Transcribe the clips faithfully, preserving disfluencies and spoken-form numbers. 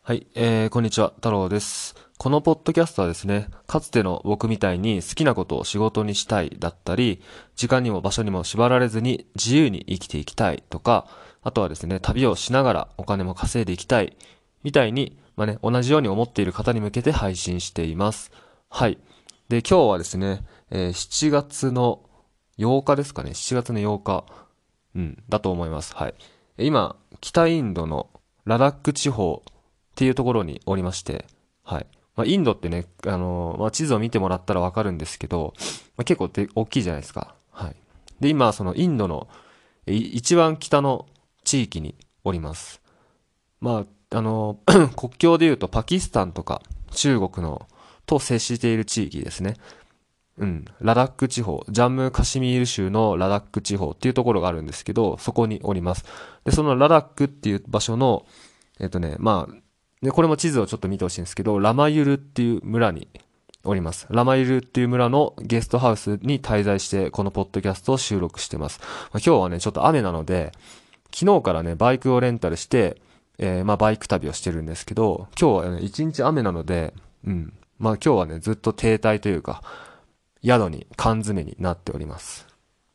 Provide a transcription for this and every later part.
はい、えー、こんにちは、太郎です。このポッドキャストはですね、かつての僕みたいに好きなことを仕事にしたいだったり、時間にも場所にも縛られずに自由に生きていきたいとか、あとはですね、旅をしながらお金も稼いでいきたい、みたいに、まあね、同じように思っている方に向けて配信しています。はい。で、今日はですね、えー、しちがつのようかですかね、しちがつのようか、うん、だと思います。はい。今、北インドのラダック地方っていうところにおりまして、はい。まあ、インドってね、あのーまあ、地図を見てもらったらわかるんですけど、まあ、結構で大きいじゃないですか。はい。で、今、そのインドのい一番北の地域におります。まあ、あのー国境で言うとパキスタンとか中国のと接している地域ですね。うん。ラダック地方、ジャンム・カシミール州のラダック地方っていうところがあるんですけど、そこにおります。で、そのラダックっていう場所の、えっとね、まあ、で、これも地図をちょっと見てほしいんですけど、ラマユルっていう村におります。ラマユルっていう村のゲストハウスに滞在して、このポッドキャストを収録してます。まあ、今日はね、ちょっと雨なので、昨日からね、バイクをレンタルして、えー、まあ、バイク旅をしてるんですけど、今日はね、一日雨なので、うん。まあ、今日はね、ずっと停滞というか、宿に缶詰になっております。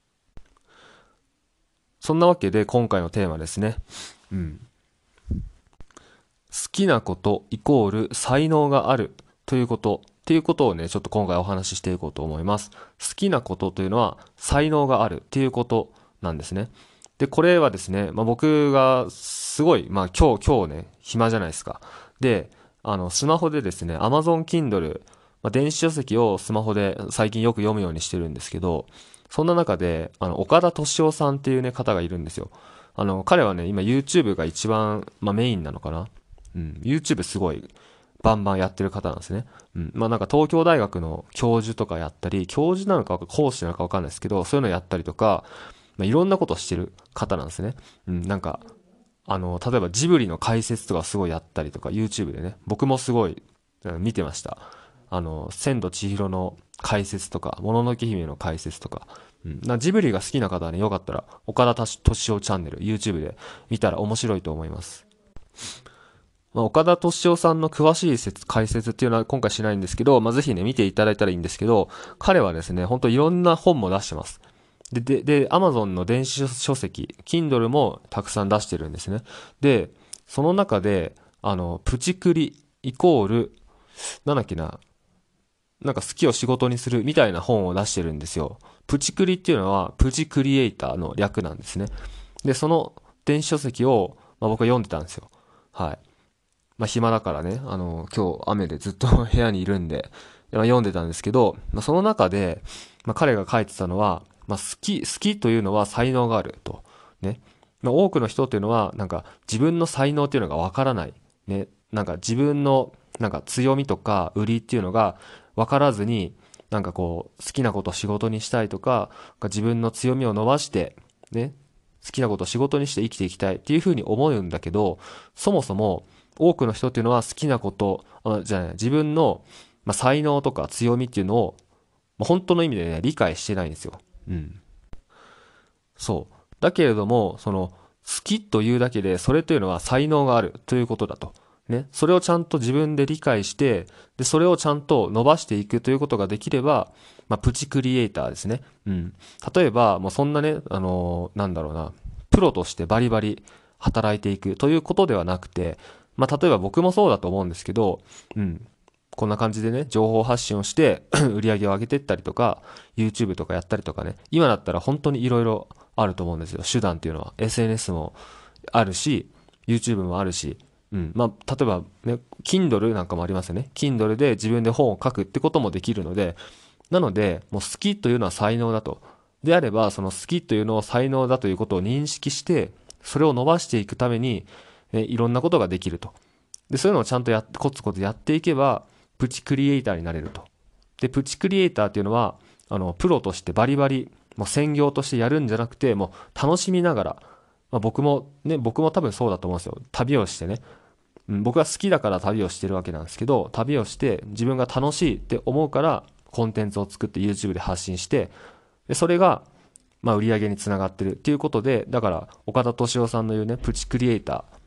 そんなわけで今回のテーマですね。うん。好きなことイコール才能があるということっていうことをね、ちょっと今回お話ししていこうと思います。好きなことというのは才能があるっていうことなんですね。で、これはですね、まあ、僕がすごい、まあ今日、今日ね、暇じゃないですか。で、あの、スマホでですね、Amazon Kindle、まあ、電子書籍をスマホで最近よく読むようにしてるんですけど、そんな中で、あの、岡田敏夫さんっていうね、方がいるんですよ。あの、彼はね、今 YouTube が一番、まあ、メインなのかな。うん、YouTube すごいバンバンやってる方なんですね。うん、まあなんか東京大学の教授とかやったり、教授なのか講師なのかわかんないですけど、そういうのやったりとか、まあ、いろんなことをしてる方なんですね。うん、なんか、あの、例えばジブリの解説とかすごいやったりとか、YouTube でね、僕もすごい、うん、見てました。あの、千と千尋の解説とか、もののけ姫の解説とか、うん、なジブリが好きな方はね、よかったら、岡田敏夫チャンネル、YouTube で見たら面白いと思います。まあ、岡田敏夫さんの詳しい説解説っていうのは今回しないんですけど、まあ、ぜひね、見ていただいたらいいんですけど、彼はですね、ほんといろんな本も出してます。で、で、で、Amazon の電子書籍、Kindle もたくさん出してるんですね。で、その中で、あの、プチクリイコール、なんだっけな、なんか好きを仕事にするみたいな本を出してるんですよ。プチクリっていうのは、プチクリエイターの略なんですね。で、その電子書籍を、まあ、僕は読んでたんですよ。はい。まあ暇だからね、あの、今日雨でずっと部屋にいるんで、まあ、読んでたんですけど、まあ、その中で、まあ、彼が書いてたのは、まあ、好き、好きというのは才能があると。ね。まあ、多くの人っていうのは、なんか自分の才能っていうのがわからない。ね。なんか自分の、なんか強みとか売りっていうのがわからずに、なんかこう、好きなことを仕事にしたいとか、自分の強みを伸ばして、ね。好きなことを仕事にして生きていきたいっていうふうに思うんだけど、そもそも、多くの人っていうのは好きなこと、あじゃない、自分の、まあ、才能とか強みっていうのを、まあ、本当の意味でね、理解してないんですよ。うん。そう。だけれども、その、好きというだけで、それというのは才能があるということだと。ね。それをちゃんと自分で理解して、で、それをちゃんと伸ばしていくということができれば、まあ、プチクリエイターですね。うん。例えば、もうそんなね、あのーなんだろうな、プロとしてバリバリ働いていくということではなくて、まあ、例えば僕もそうだと思うんですけど、うん。こんな感じでね、情報発信をして売り上げを上げていったりとか、YouTube とかやったりとかね、今だったら本当に色々あると思うんですよ。手段っていうのは。エスエヌエス もあるし、YouTube もあるし、うん。まあ、例えばね、Kindle なんかもありますよね。Kindle で自分で本を書くってこともできるので、なので、もう好きというのは才能だと。であれば、その好きというのを才能だということを認識して、それを伸ばしていくために、ね、いろんなことができると。で、そういうのをちゃんとやっ、コツコツやっていけば、プチクリエイターになれると。で、プチクリエイターっていうのは、あの、プロとしてバリバリ、もう専業としてやるんじゃなくて、もう楽しみながら、まあ、僕もね、僕も多分そうだと思うんですよ。旅をしてね。うん、僕は好きだから旅をしてるわけなんですけど、旅をして自分が楽しいって思うから、コンテンツを作って YouTube で発信して、で、それが、まあ、売り上げにつながってるっていうことで、だから、岡田敏夫さんの言うね、プチクリエイター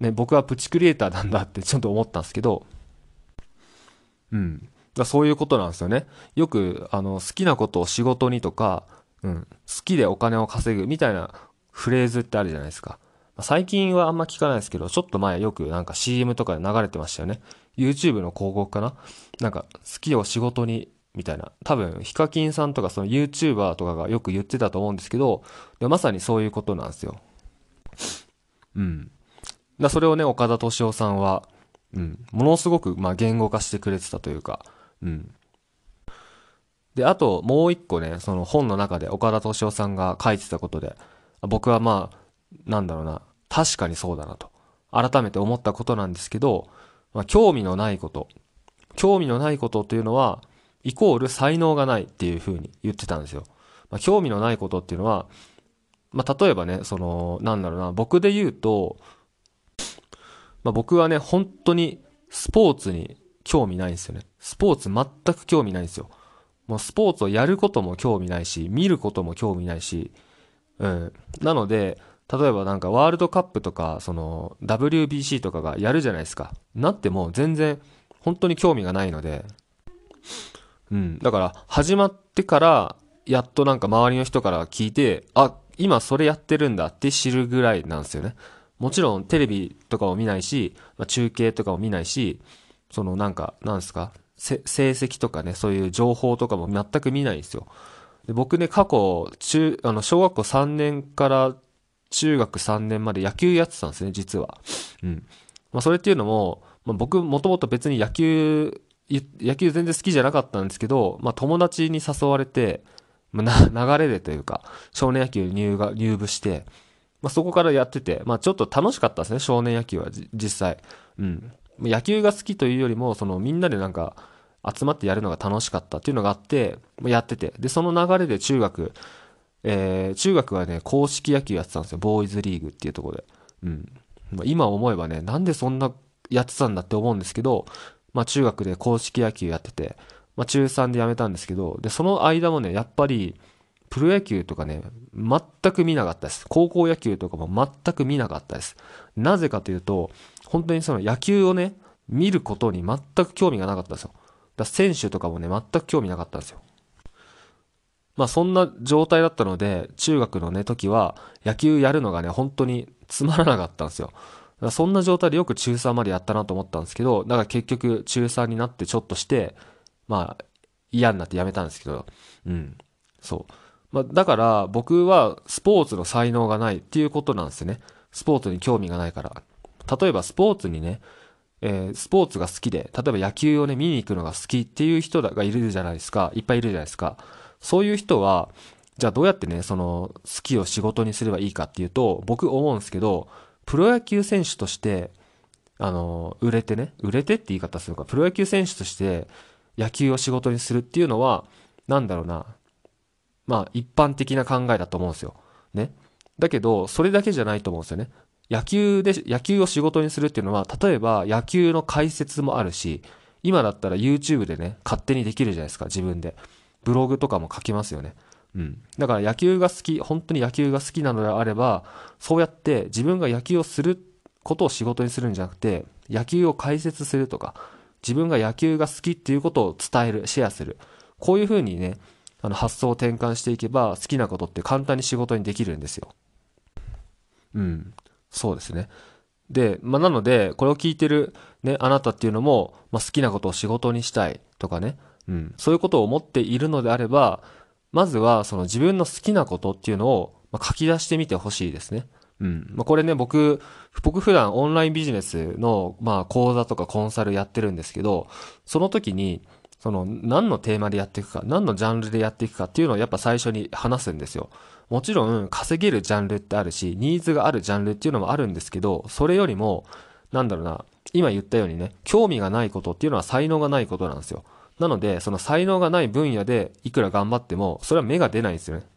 ね、僕はプチクリエイターなんだってちょっと思ったんですけど、うん。だからそういうことなんですよね。よく、あの、好きなことを仕事にとか、うん、好きでお金を稼ぐみたいなフレーズってあるじゃないですか。最近はあんま聞かないですけど、ちょっと前よくなんか シーエム とかで流れてましたよね。YouTube の広告かな。なんか、好きを仕事に、みたいな。多分、ヒカキンさんとかその YouTuber とかがよく言ってたと思うんですけど、でまさにそういうことなんですよ。うん。だそれをね、岡田敏夫さんは、うん、ものすごく、まあ、言語化してくれてたというか、うん。で、あと、もう一個ね、その本の中で岡田敏夫さんが書いてたことで、僕はまあ、なんだろうな、確かにそうだなと、改めて思ったことなんですけど、まあ、興味のないこと、興味のないことっていうのは、イコール才能がないっていう風に言ってたんですよ。まあ、興味のないことっていうのは、まあ、例えばね、その、なんだろうな、僕で言うと、まあ、僕はね、本当にスポーツに興味ないんですよね。スポーツ全く興味ないんですよ。もうスポーツをやることも興味ないし、見ることも興味ないし、うん。なので、例えばなんかワールドカップとか、その ダブリュービーシー とかがやるじゃないですか。なっても全然本当に興味がないので、うん。だから始まってから、やっとなんか周りの人から聞いて、あ、今それやってるんだって知るぐらいなんですよね。もちろんテレビとかを見ないし、まあ、中継とかも見ないし、そのなんか、なんですか、せ成績とかね、そういう情報とかも全く見ないんですよ。で僕ね、過去、中、あの、小学校さんねんから中学さんねんまで野球やってたんですね、実は。うん。まあ、それっていうのも、まあ、僕もともと別に野球、野球全然好きじゃなかったんですけど、まあ、友達に誘われて、まあ、な、流れでというか、少年野球入が、入部して、まあ、そこからやってて、まあ、ちょっと楽しかったですね、少年野球は、実際。うん。野球が好きというよりも、その、みんなでなんか、集まってやるのが楽しかったっていうのがあって、やってて。で、その流れで中学、えー、中学はね、硬式野球やってたんですよ。ボーイズリーグっていうところで。うん。まあ、今思えばね、なんでそんなやってたんだって思うんですけど、まあ中学で硬式野球やってて、まあ中さんで辞めたんですけど、で、その間もね、やっぱり、プロ野球とかね、全く見なかったです。高校野球とかも全く見なかったです。なぜかというと、本当にその野球をね、見ることに全く興味がなかったんですよ。だ選手とかもね、全く興味なかったんですよ。まあそんな状態だったので、中学のね、時は野球やるのがね、本当につまらなかったんですよ。だからそんな状態でよく中さんまでやったなと思ったんですけど、だから結局中さんになってちょっとして、まあ嫌になってやめたんですけど、うん。そう。まあだから僕はスポーツの才能がないっていうことなんですよね。スポーツに興味がないから。例えばスポーツにね、えースポーツが好きで、例えば野球をね、見に行くのが好きっていう人がいるじゃないですか。いっぱいいるじゃないですか。そういう人は、じゃあどうやってね、その、好きを仕事にすればいいかっていうと、僕思うんですけど、プロ野球選手として、あの、売れてね、売れてって言い方するか、プロ野球選手として野球を仕事にするっていうのは、なんだろうな、まあ一般的な考えだと思うんですよ。ね。だけど、それだけじゃないと思うんですよね。野球で、野球を仕事にするっていうのは、例えば野球の解説もあるし、今だったら YouTube でね、勝手にできるじゃないですか、自分で。ブログとかも書きますよね。うん。だから野球が好き、本当に野球が好きなのであれば、そうやって自分が野球をすることを仕事にするんじゃなくて、野球を解説するとか、自分が野球が好きっていうことを伝える、シェアする。こういうふうにね、あの発想を転換していけば、好きなことって簡単に仕事にできるんですよ。うん。そうですね。で、まあ、なので、これを聞いてるね、あなたっていうのも、まあ、好きなことを仕事にしたいとかね、うん。そういうことを思っているのであれば、まずは、その自分の好きなことっていうのを、まあ、書き出してみてほしいですね。うん。まあ、これね、僕、僕普段オンラインビジネスの、まあ、講座とかコンサルやってるんですけど、その時に、その、何のテーマでやっていくか、何のジャンルでやっていくかっていうのをやっぱ最初に話すんですよ。もちろん、稼げるジャンルってあるし、ニーズがあるジャンルっていうのもあるんですけど、それよりも、なんだろうな、今言ったようにね、興味がないことっていうのは才能がないことなんですよ。なので、その才能がない分野でいくら頑張っても、それは芽が出ないんですよね。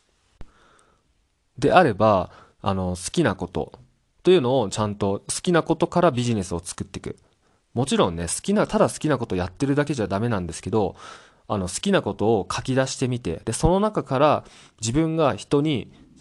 であれば、あの、好きなことというのをちゃんと好きなことからビジネスを作っていく。もちろんね、好きな、ただ好きなことやってるだけじゃダメなんですけど、あの、好きなことを書き出してみて、で、その中から自分が人に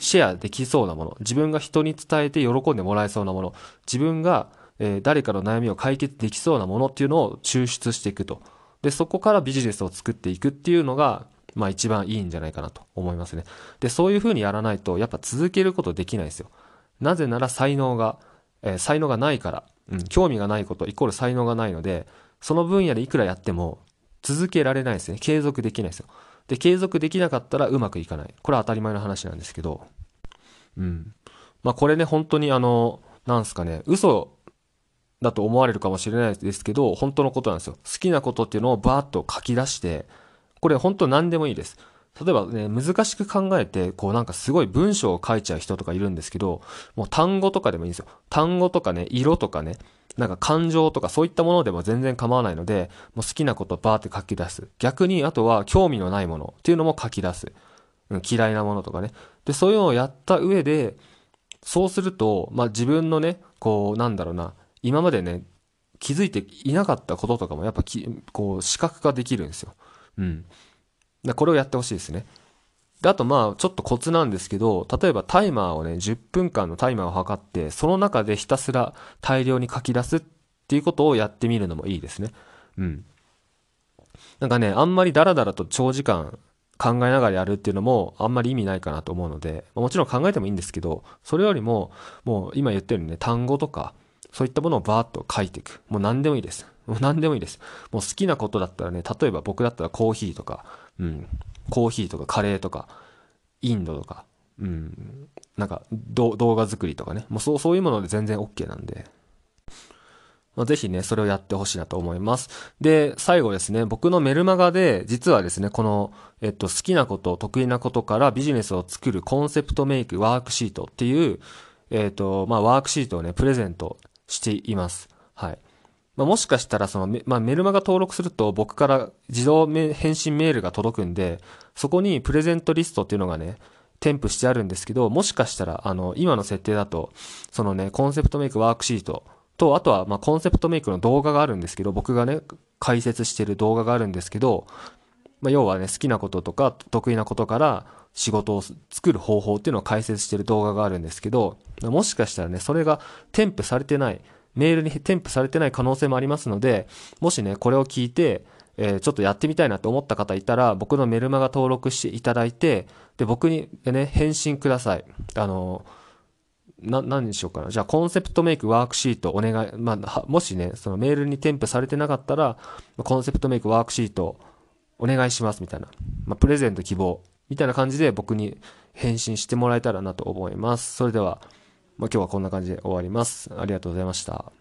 シェアできそうなもの、自分が人に伝えて喜んでもらえそうなもの、自分が、えー誰かの悩みを解決できそうなものっていうのを抽出していくと。で、そこからビジネスを作っていくっていうのが、まあ一番いいんじゃないかなと思いますね。で、そういう風にやらないと、やっぱ続けることできないですよ。なぜなら才能が、えー才能がないから、うん、興味がないことイコール才能がないので、その分野でいくらやっても続けられないですね。継続できないですよ。で、継続できなかったらうまくいかない。これは当たり前の話なんですけど、うん。まあこれね、本当にあの、なんすかね、嘘だと思われるかもしれないですけど、本当のことなんですよ。好きなことっていうのをバーッと書き出して、これ本当何でもいいです。例えばね、難しく考えて、こうなんかすごい文章を書いちゃう人とかいるんですけど、もう単語とかでもいいんですよ。単語とかね、色とかね、なんか感情とかそういったものでも全然構わないので、もう好きなことをバーって書き出す。逆に、あとは興味のないものっていうのも書き出す。うん、嫌いなものとかね。で、そういうのをやった上で、そうすると、まあ自分のね、こう、なんだろうな、今までね、気づいていなかったこととかもやっぱき、こう、視覚化できるんですよ。うん。でこれをやってほしいですね。で、あとまあ、ちょっとコツなんですけど、例えばタイマーをね、じゅっぷんかんのタイマーを測って、その中でひたすら大量に書き出すっていうことをやってみるのもいいですね。うん。なんかね、あんまりダラダラと長時間考えながらやるっていうのもあんまり意味ないかなと思うので、もちろん考えてもいいんですけど、それよりも、もう今言ったようにね、単語とか、そういったものをバーッと書いていく。もう何でもいいです。もう何でもいいです。もう好きなことだったらね、例えば僕だったらコーヒーとか、うん、コーヒーとかカレーとか、インドとか、うん、なんかど動画作りとかね、もうそう、そういうもので全然 OK なんで、まあ、ぜひね、それをやってほしいなと思います。で、最後ですね、僕のメルマガで、実はですね、この、えっと、好きなこと、得意なことからビジネスを作るコンセプトメイクワークシートっていう、えっと、まあ、ワークシートをね、プレゼントしています。はい。まあ、もしかしたら、その、めまあ、メルマガ登録すると、僕から自動め返信メールが届くんで、そこにプレゼントリストっていうのがね、添付してあるんですけど、もしかしたら、あの、今の設定だと、そのね、コンセプトメイクワークシート、と、あとは、まあ、コンセプトメイクの動画があるんですけど、僕がね、解説してる動画があるんですけど、まあ、要はね、好きなこととか、得意なことから仕事を作る方法っていうのを解説してる動画があるんですけど、もしかしたらね、それが添付されてない、メールに添付されてない可能性もありますので、もしね、これを聞いて、えーちょっとやってみたいなと思った方いたら、僕のメルマガ登録していただいて、で、僕にね、返信ください。あのーな、何にしようかな。じゃあ、コンセプトメイクワークシートお願い。まあ、もしね、そのメールに添付されてなかったら、コンセプトメイクワークシートお願いしますみたいな。まあ、プレゼント希望みたいな感じで僕に返信してもらえたらなと思います。それでは、まあ、今日はこんな感じで終わります。ありがとうございました。